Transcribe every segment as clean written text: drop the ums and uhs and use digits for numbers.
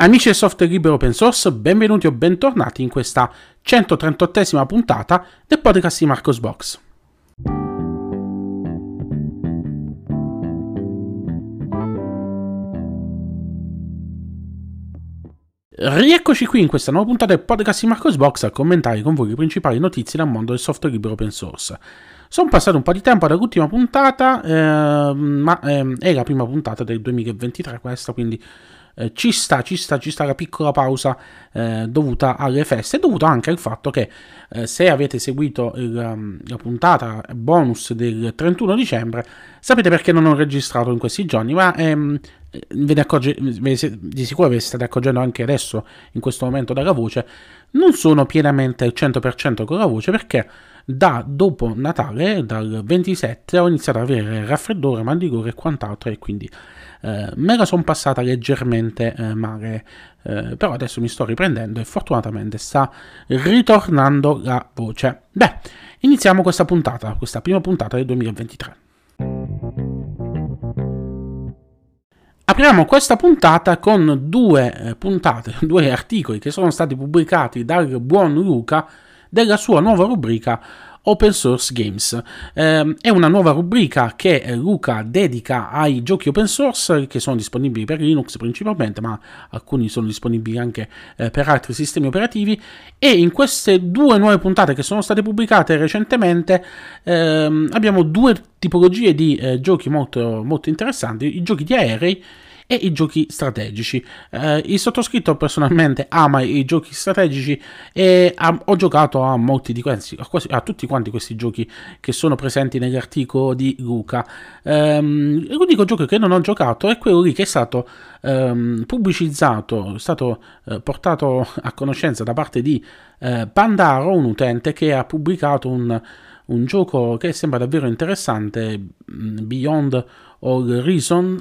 Amici del software libero open source, benvenuti o bentornati in questa 138esima puntata del podcast di Marcosbox. Rieccoci qui in questa nuova puntata del podcast di Marcosbox a commentare con voi le principali notizie dal mondo del software libero open source. Sono passato un po' di tempo dall'ultima puntata, ma è la prima puntata del 2023 questa, quindi ci sta la piccola pausa dovuta alle feste, dovuta anche al fatto che se avete seguito la puntata bonus del 31 dicembre sapete perché non ho registrato in questi giorni, ma di sicuro vi state accorgendo anche adesso in questo momento dalla voce. Non sono pienamente al 100% con la voce perché da dopo Natale, dal 27, ho iniziato ad avere raffreddore, mal di gola e quant'altro, e quindi me la sono passata leggermente male, però adesso mi sto riprendendo e fortunatamente sta ritornando la voce. Beh, iniziamo questa prima puntata del 2023. Apriamo questa puntata con due articoli che sono stati pubblicati dal buon Luca della sua nuova rubrica Open Source Games. È una nuova rubrica che Luca dedica ai giochi open source che sono disponibili per Linux principalmente, ma alcuni sono disponibili anche per altri sistemi operativi, e in queste due nuove puntate che sono state pubblicate recentemente abbiamo due tipologie di giochi molto, molto interessanti: i giochi di aerei e i giochi strategici. Il sottoscritto personalmente ama i giochi strategici e ho giocato a molti di questi, a tutti quanti questi giochi che sono presenti nell'articolo di Luca. L'unico gioco che non ho giocato è quello lì che è stato pubblicizzato, è stato portato a conoscenza da parte di Pandaro, un utente che ha pubblicato un gioco che sembra davvero interessante, Beyond All Reason,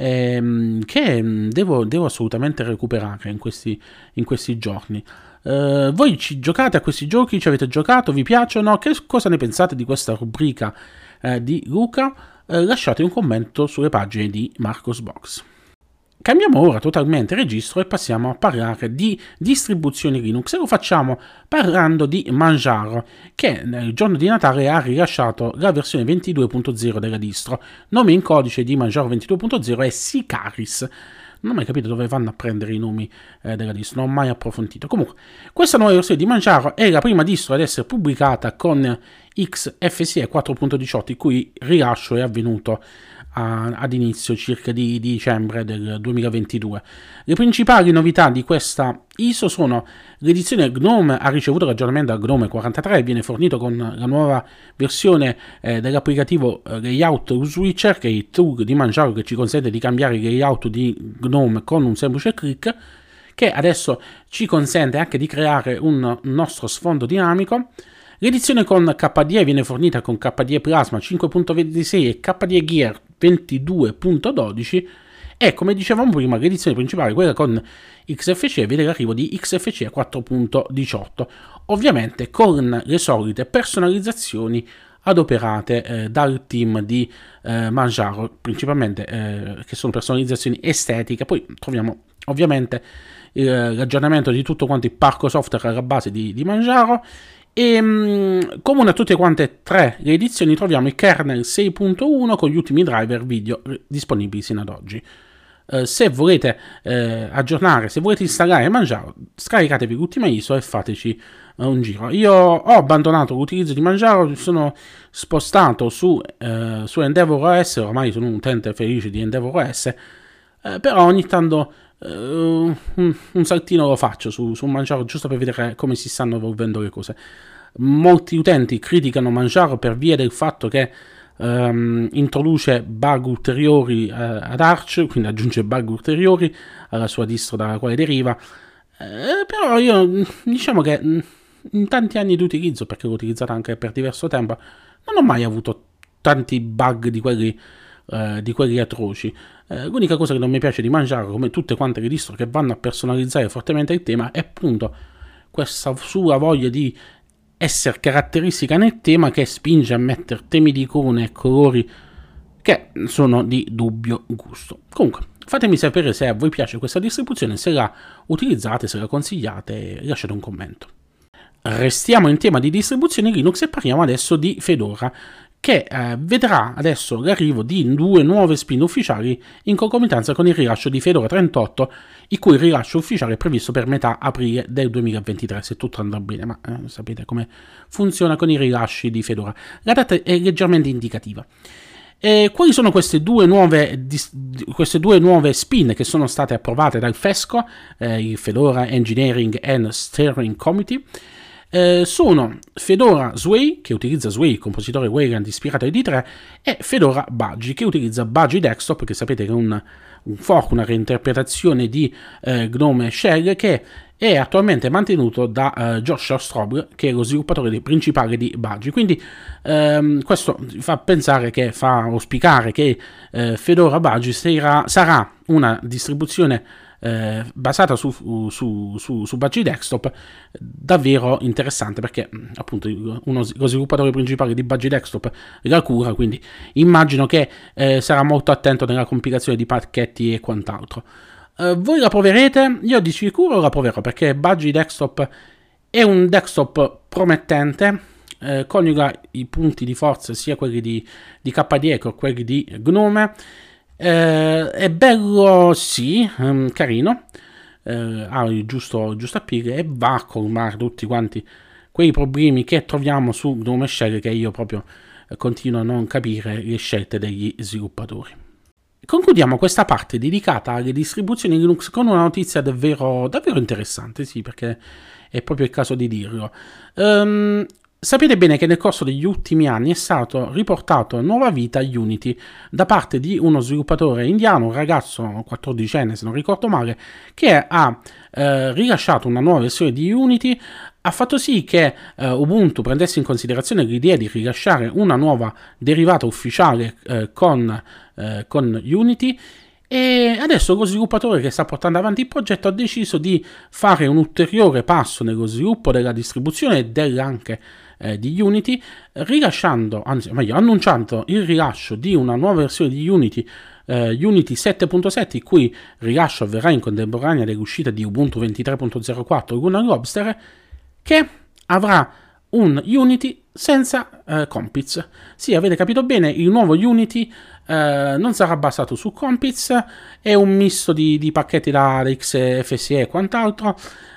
che devo assolutamente recuperare in questi giorni. Voi ci giocate a questi giochi? Ci avete giocato? Vi piacciono? Che cosa ne pensate di questa rubrica di Luca? Lasciate un commento sulle pagine di Marcosbox. Cambiamo ora totalmente registro e passiamo a parlare di distribuzioni Linux, e lo facciamo parlando di Manjaro, che nel giorno di Natale ha rilasciato la versione 22.0 della distro. Nome in codice di Manjaro 22.0 è Sicaris. Non ho mai capito dove vanno a prendere i nomi della distro, non ho mai approfondito. Comunque, questa nuova versione di Manjaro è la prima distro ad essere pubblicata con XFCE 4.18, il cui rilascio è avvenuto ad inizio circa di dicembre del 2022. Le principali novità di questa ISO sono: l'edizione GNOME ha ricevuto l'aggiornamento da GNOME 43 e viene fornito con la nuova versione dell'applicativo Layout Switcher, che è il tool di Manjaro che ci consente di cambiare il layout di GNOME con un semplice click, che adesso ci consente anche di creare un nostro sfondo dinamico. L'edizione con KDE viene fornita con KDE Plasma 5.26 e KDE Gear 22.12, e come dicevamo prima l'edizione principale, quella con XFCE, vede l'arrivo di XFCE 4.18, ovviamente con le solite personalizzazioni adoperate dal team di Manjaro, principalmente che sono personalizzazioni estetiche. Poi troviamo ovviamente l'aggiornamento di tutto quanto il parco software alla base di Manjaro. E comune a tutte quante e tre le edizioni troviamo il kernel 6.1 con gli ultimi driver video disponibili sino ad oggi. Se volete aggiornare, se volete installare Manjaro, scaricatevi l'ultima ISO e fateci un giro. Io ho abbandonato l'utilizzo di Manjaro, sono spostato su Endeavour OS, ormai sono un utente felice di Endeavour OS, però ogni tanto un saltino lo faccio su Manjaro, giusto per vedere come si stanno evolvendo le cose. Molti utenti criticano Manjaro per via del fatto che introduce bug ulteriori ad Arch, quindi aggiunge bug ulteriori alla sua distro dalla quale deriva, però io diciamo che in tanti anni di utilizzo, perché l'ho utilizzata anche per diverso tempo, non ho mai avuto tanti bug di quelli atroci. L'unica cosa che non mi piace di Manjaro, come tutte quante le distro che vanno a personalizzare fortemente il tema, è appunto questa sua voglia di essere caratteristica nel tema, che spinge a mettere temi di icone e colori che sono di dubbio gusto. Comunque, fatemi sapere se a voi piace questa distribuzione, se la utilizzate, se la consigliate, lasciate un commento. Restiamo in tema di distribuzioni Linux e parliamo adesso di Fedora, che vedrà adesso l'arrivo di 2 nuove spin ufficiali in concomitanza con il rilascio di Fedora 38, il cui rilascio ufficiale è previsto per metà aprile del 2023, se tutto andrà bene, ma sapete come funziona con i rilasci di Fedora. La data è leggermente indicativa. Quali sono queste due nuove spin che sono state approvate dal FESCO, il Fedora Engineering and Steering Committee? Sono Fedora Sway, che utilizza Sway, il compositore Wayland ispirato ai D3, e Fedora Budgie, che utilizza Budgie Desktop, che sapete che è un fork, una reinterpretazione di GNOME Shell, che è attualmente mantenuto da Joshua Strobel, che è lo sviluppatore principale di Budgie. Quindi questo fa pensare, che fa auspicare che Fedora Budgie sarà una distribuzione basata su Budgie Desktop davvero interessante, perché appunto lo sviluppatore principale di Budgie Desktop la cura, quindi immagino che sarà molto attento nella compilazione di pacchetti e quant'altro. Voi la proverete? Io di sicuro la proverò, perché Budgie Desktop è un desktop promettente, coniuga i punti di forza sia quelli di KDE che quelli di GNOME. È bello, sì, carino, ha il giusto appeal e va a colmare tutti quanti quei problemi che troviamo su GNOME Shell, che io proprio continuo a non capire le scelte degli sviluppatori. Concludiamo questa parte dedicata alle distribuzioni Linux con una notizia davvero interessante, sì, perché è proprio il caso di dirlo. Sapete bene che nel corso degli ultimi anni è stato riportato nuova vita a Unity da parte di uno sviluppatore indiano, un ragazzo 14enne se non ricordo male, che ha rilasciato una nuova versione di Unity. Ha fatto sì che Ubuntu prendesse in considerazione l'idea di rilasciare una nuova derivata ufficiale con Unity, e adesso lo sviluppatore che sta portando avanti il progetto ha deciso di fare un ulteriore passo nello sviluppo della distribuzione e anche di Unity, annunciando il rilascio di una nuova versione di Unity, Unity 7.7, il cui rilascio avverrà in contemporanea dell'uscita di Ubuntu 23.04 Lunar Lobster, che avrà un Unity senza compiz. Sì, avete capito bene, il nuovo Unity non sarà basato su compiz, è un misto di pacchetti da XFCE e quant'altro.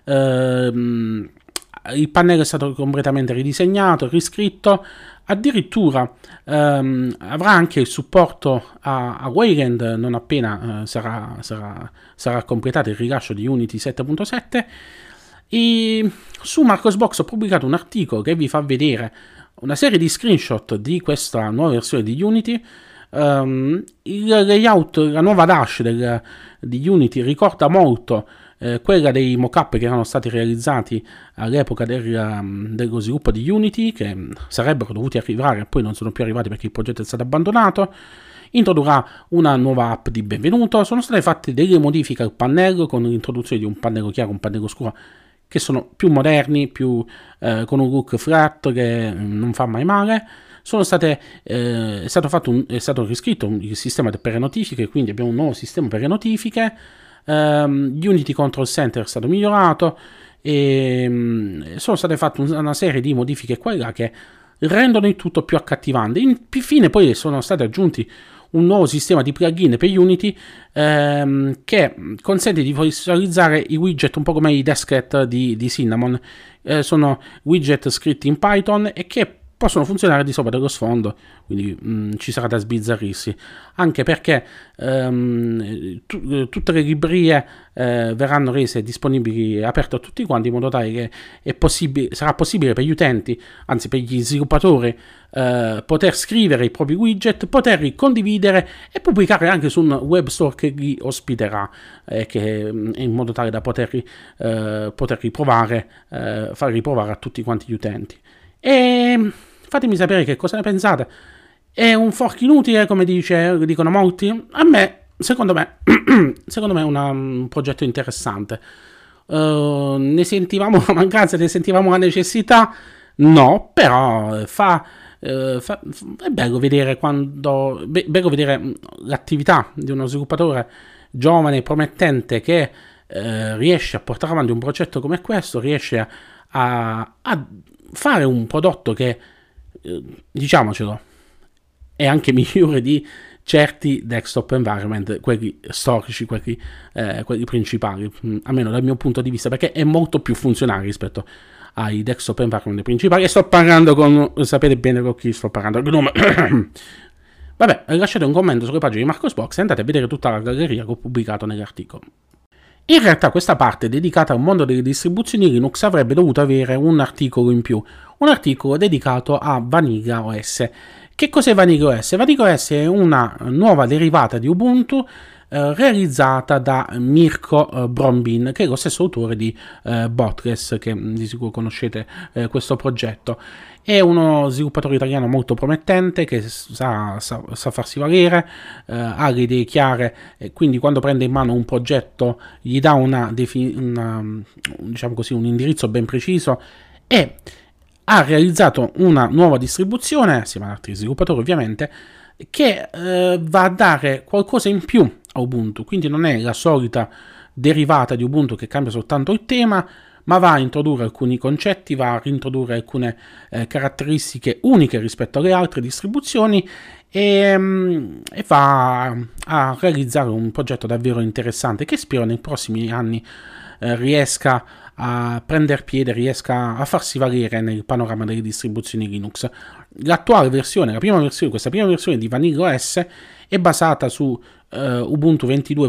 Il pannello è stato completamente ridisegnato, riscritto, addirittura avrà anche il supporto a Wayland non appena sarà completato il rilascio di Unity 7.7. E su Marcosbox ho pubblicato un articolo che vi fa vedere una serie di screenshot di questa nuova versione di Unity. Il layout, la nuova dash di Unity ricorda molto quella dei mockup che erano stati realizzati all'epoca dello sviluppo di Unity, che sarebbero dovuti arrivare e poi non sono più arrivati perché il progetto è stato abbandonato. Introdurrà una nuova app di benvenuto, sono state fatte delle modifiche al pannello con l'introduzione di un pannello chiaro e un pannello scuro che sono più moderni, con un look flat che non fa mai male. È stato riscritto il sistema per le notifiche, quindi abbiamo un nuovo sistema per le notifiche. Unity Control Center è stato migliorato e sono state fatte una serie di modifiche qua e là che rendono il tutto più accattivante. Infine poi sono stati aggiunti un nuovo sistema di plugin per Unity che consente di visualizzare i widget un po' come i desklet di Cinnamon. Sono widget scritti in Python e che possono funzionare di sopra dello sfondo, quindi ci sarà da sbizzarrirsi, anche perché tutte le librerie verranno rese disponibili, aperte a tutti quanti, in modo tale che sarà possibile per gli utenti, anzi per gli sviluppatori, poter scrivere i propri widget, poterli condividere e pubblicare anche su un web store che li ospiterà, in modo tale da poterli provare, far riprovare a tutti quanti gli utenti. E fatemi sapere che cosa ne pensate. È un fork inutile, come dicono molti? Secondo me è un progetto interessante. Ne sentivamo la mancanza, ne sentivamo la necessità? No, però fa è bello vedere bello vedere l'attività di uno sviluppatore giovane, promettente, che riesce a portare avanti un progetto come questo, riesce a fare un prodotto che, diciamocelo, è anche migliore di certi desktop environment, quelli storici, quelli principali, almeno dal mio punto di vista, perché è molto più funzionale rispetto ai desktop environment principali. E sto parlando sapete bene con chi sto parlando. Vabbè, lasciate un commento sulle pagine di Marcosbox e andate a vedere tutta la galleria che ho pubblicato nell'articolo. In realtà questa parte dedicata al mondo delle distribuzioni Linux avrebbe dovuto avere un articolo in più, un articolo dedicato a Vanilla OS. Che cos'è Vanilla OS? Vanilla OS è una nuova derivata di Ubuntu realizzata da Mirko Brombin, che è lo stesso autore di Botless, che di sicuro conoscete questo progetto. È uno sviluppatore italiano molto promettente che sa farsi valere, ha le idee chiare, e quindi quando prende in mano un progetto gli dà diciamo così, un indirizzo ben preciso, e ha realizzato una nuova distribuzione, assieme ad altri sviluppatori ovviamente, che va a dare qualcosa in più a Ubuntu, quindi non è la solita derivata di Ubuntu che cambia soltanto il tema, ma va a introdurre alcuni concetti, va a reintrodurre alcune caratteristiche uniche rispetto alle altre distribuzioni e va a realizzare un progetto davvero interessante che spero nei prossimi anni riesca a prendere piede, riesca a farsi valere nel panorama delle distribuzioni Linux. L'attuale versione, questa prima versione di Vanilla OS è basata su Ubuntu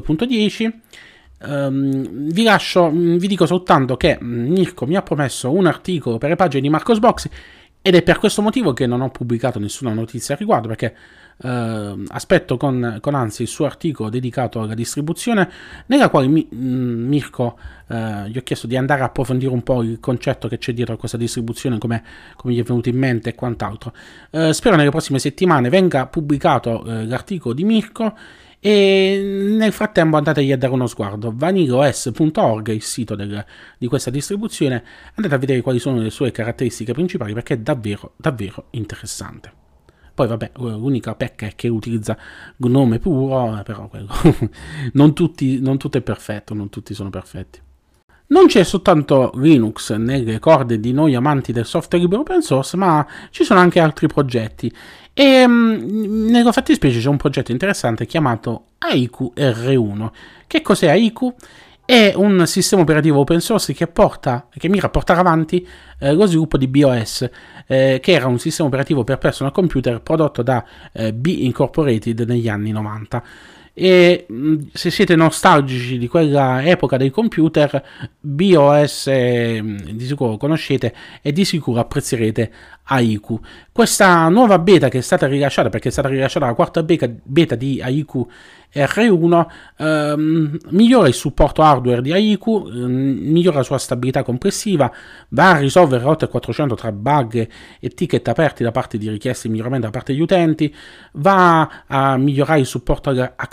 22.10. Vi dico soltanto che Mirko mi ha promesso un articolo per le pagine di Marcosbox ed è per questo motivo che non ho pubblicato nessuna notizia al riguardo, perché aspetto con ansia il suo articolo dedicato alla distribuzione, nella quale Mirko gli ho chiesto di andare a approfondire un po' il concetto che c'è dietro a questa distribuzione, come gli è venuto in mente e quant'altro. Spero nelle prossime settimane venga pubblicato l'articolo di Mirko, e nel frattempo andategli a dare uno sguardo. vanillaos.org è il sito di questa distribuzione, andate a vedere quali sono le sue caratteristiche principali, perché è davvero davvero interessante. Poi vabbè, l'unica pecca è che utilizza Gnome puro, però quello non tutto è perfetto, non tutti sono perfetti. Non c'è soltanto Linux nelle corde di noi amanti del software libero open source, ma ci sono anche altri progetti. E nella fattispecie c'è un progetto interessante chiamato Haiku R1. Che cos'è Haiku? È un sistema operativo open source che mira a portare avanti lo sviluppo di BeOS, che era un sistema operativo per personal computer prodotto da B Incorporated negli anni 90. E se siete nostalgici di quella epoca dei computer, BeOS di sicuro conoscete e di sicuro apprezzerete Haiku. Questa nuova beta che è stata rilasciata, perché è stata rilasciata la quarta beta di Haiku R1, migliora il supporto hardware di Haiku, migliora la sua stabilità complessiva, va a risolvere oltre 400 tra bug e ticket aperti da parte di richieste di miglioramento da parte degli utenti, va a migliorare il supporto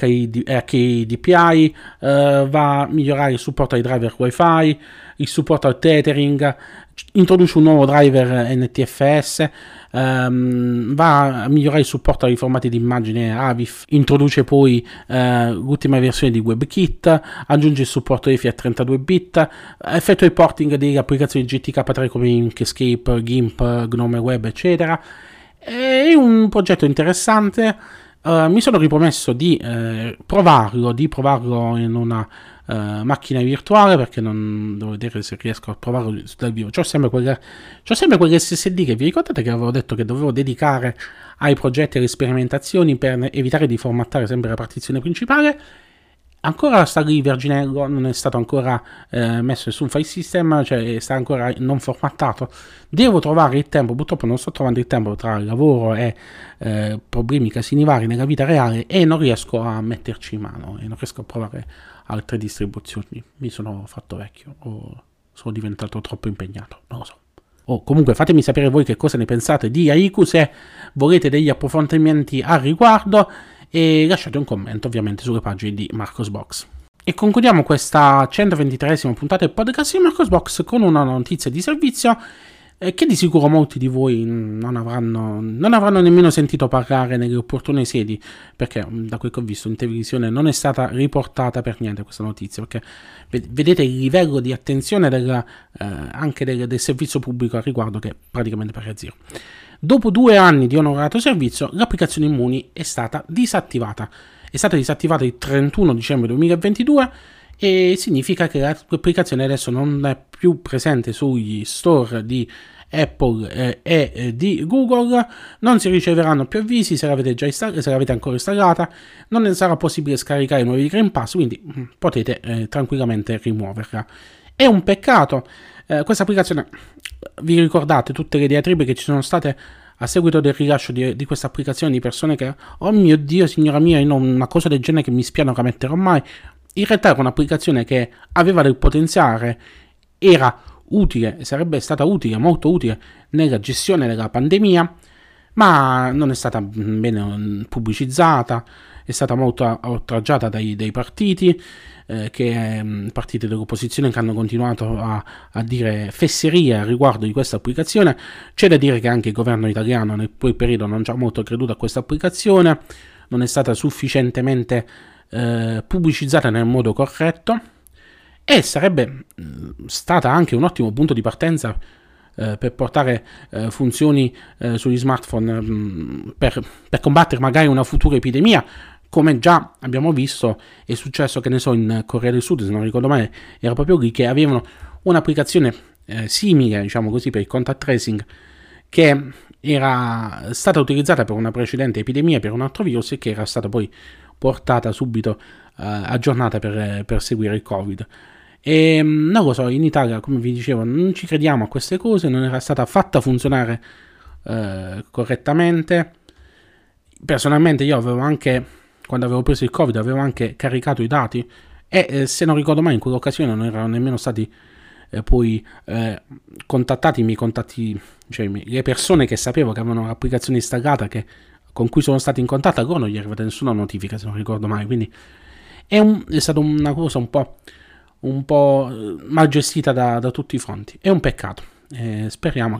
HDPI, va a migliorare il supporto ai driver Wi-Fi, il supporto al tethering, introduce un nuovo driver NTFS, va a migliorare il supporto ai formati di immagine AVIF, introduce poi l'ultima versione di WebKit, aggiunge il supporto EFI a 32 bit, effettua il porting delle applicazioni GTK3 come Inkscape, GIMP, Gnome Web, eccetera. È un progetto interessante. Mi sono ripromesso di provarlo in una macchina virtuale, perché non devo vedere se riesco a provarlo dal vivo. C'ho sempre quelle SSD che vi ricordate che avevo detto che dovevo dedicare ai progetti e alle sperimentazioni per evitare di formattare sempre la partizione principale. Ancora sta lì Virginello, non è stato ancora messo nessun file system, cioè sta ancora non formattato. Devo trovare il tempo, purtroppo non sto trovando il tempo tra il lavoro e problemi casini vari nella vita reale, e non riesco a metterci in mano e non riesco a provare altre distribuzioni. Mi sono fatto vecchio o sono diventato troppo impegnato, non lo so. Comunque fatemi sapere voi che cosa ne pensate di Haiku, se volete degli approfondimenti al riguardo, e lasciate un commento ovviamente sulle pagine di Marcosbox. E concludiamo questa 123esima puntata del podcast di Marcosbox con una notizia di servizio. che di sicuro molti di voi non avranno nemmeno sentito parlare nelle opportune sedi, perché da quel che ho visto in televisione non è stata riportata per niente questa notizia, perché vedete il livello di attenzione anche del servizio pubblico al riguardo, che è praticamente pari a zero. Dopo 2 anni di onorato servizio, l'applicazione Immuni è stata disattivata. È stata disattivata il 31 dicembre 2022 e significa che l'applicazione adesso non è più presente sugli store di Apple e di Google, non si riceveranno più avvisi se l'avete se l'avete ancora installata, non ne sarà possibile scaricare i nuovi Green Pass, quindi potete tranquillamente rimuoverla. È un peccato. Questa applicazione, vi ricordate tutte le diatribe che ci sono state a seguito del rilascio di questa applicazione, di persone che, oh mio Dio, signora mia, io una cosa del genere che mi spiano che la metterò mai. In realtà era un'applicazione che aveva del potenziale, era utile, sarebbe stata utile, molto utile nella gestione della pandemia, ma non è stata bene pubblicizzata, è stata molto oltraggiata dai partiti, partiti dell'opposizione, che hanno continuato a dire fesserie riguardo di questa applicazione. C'è da dire che anche il governo italiano nel quel periodo non ci ha molto creduto a questa applicazione, non è stata sufficientemente pubblicizzata nel modo corretto, e sarebbe stata anche un ottimo punto di partenza per portare funzioni sugli smartphone per combattere magari una futura epidemia, come già abbiamo visto è successo, che ne so, in Corea del Sud, se non ricordo male, era proprio lì che avevano un'applicazione simile, diciamo così, per il contact tracing, che era stata utilizzata per una precedente epidemia, per un altro virus, e che era stata poi portata subito aggiornata per seguire il Covid. E non lo so, in Italia, come vi dicevo, non ci crediamo a queste cose, non era stata fatta funzionare correttamente. Personalmente io avevo anche, quando avevo preso il Covid, avevo anche caricato i dati, e se non ricordo mai in quell'occasione non erano nemmeno stati poi contattati i miei contatti, cioè le persone che sapevo che avevano l'applicazione installata, con cui sono stati in contatto, ancora non gli è arrivata nessuna notifica, se non ricordo mai, quindi è stata una cosa un po' mal gestita da tutti i fronti. È un peccato. Speriamo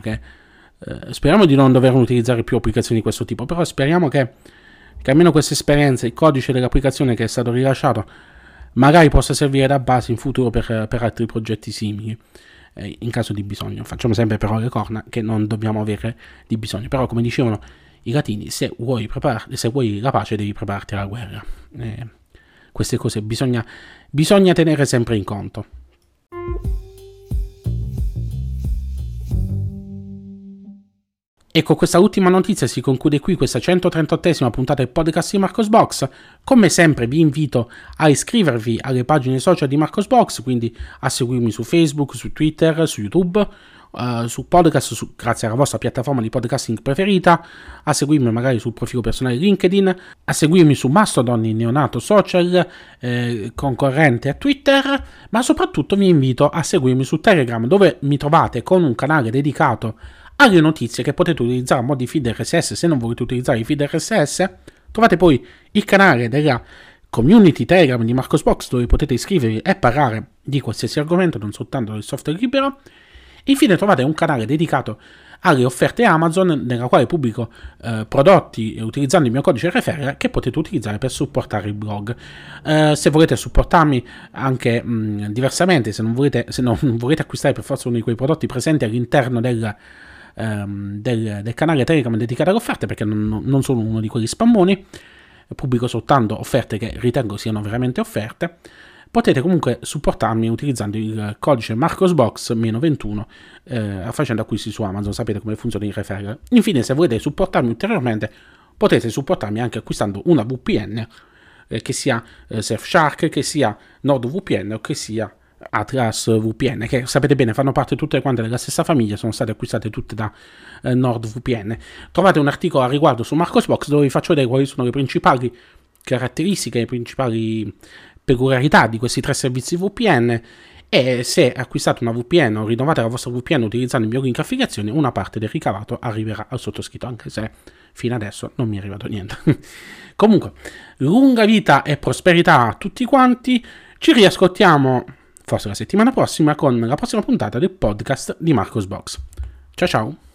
di non dover utilizzare più applicazioni di questo tipo, però speriamo che almeno questa esperienza, il codice dell'applicazione che è stato rilasciato, magari possa servire da base in futuro per altri progetti simili, in caso di bisogno. Facciamo sempre però le corna che non dobbiamo avere di bisogno, però come dicevano i latini, se vuoi la pace devi prepararti alla guerra. Queste cose bisogna tenere sempre in conto. E con questa ultima notizia si conclude qui questa 138esima puntata del podcast di Marcosbox. Come sempre vi invito a iscrivervi alle pagine social di Marcosbox, quindi a seguirmi su Facebook, su Twitter, su YouTube, su podcast, grazie alla vostra piattaforma di podcasting preferita, a seguirmi magari sul profilo personale LinkedIn, a seguirmi su Mastodon, il neonato social concorrente a Twitter, ma soprattutto vi invito a seguirmi su Telegram, dove mi trovate con un canale dedicato alle notizie che potete utilizzare a mo' di feed RSS. Se non volete utilizzare i feed RSS, trovate poi il canale della community Telegram di Marcosbox, dove potete iscrivervi e parlare di qualsiasi argomento, non soltanto del software libero. Infine trovate un canale dedicato alle offerte Amazon, nella quale pubblico prodotti utilizzando il mio codice referral, che potete utilizzare per supportare il blog. Se volete supportarmi anche diversamente, se non volete acquistare per forza uno di quei prodotti presenti all'interno del canale Telegram dedicato alle offerte, perché non sono uno di quegli spammoni, pubblico soltanto offerte che ritengo siano veramente offerte, potete comunque supportarmi utilizzando il codice MarcosBox-21 facendo acquisti su Amazon. Sapete come funziona il referral. Infine, se volete supportarmi ulteriormente, potete supportarmi anche acquistando una VPN, che sia Surfshark, che sia NordVPN o che sia Atlas VPN, che sapete bene fanno parte tutte quante della stessa famiglia, sono state acquistate tutte da NordVPN. Trovate un articolo a riguardo su Marcosbox, dove vi faccio vedere quali sono le principali caratteristiche, le principali peculiarità di questi 3 servizi VPN, e se acquistate una VPN o rinnovate la vostra VPN utilizzando il mio link affiliazione, una parte del ricavato arriverà al sottoscritto, anche se fino adesso non mi è arrivato niente. Comunque, lunga vita e prosperità a tutti quanti, ci riascoltiamo forse la settimana prossima con la prossima puntata del podcast di Marcosbox. Ciao ciao!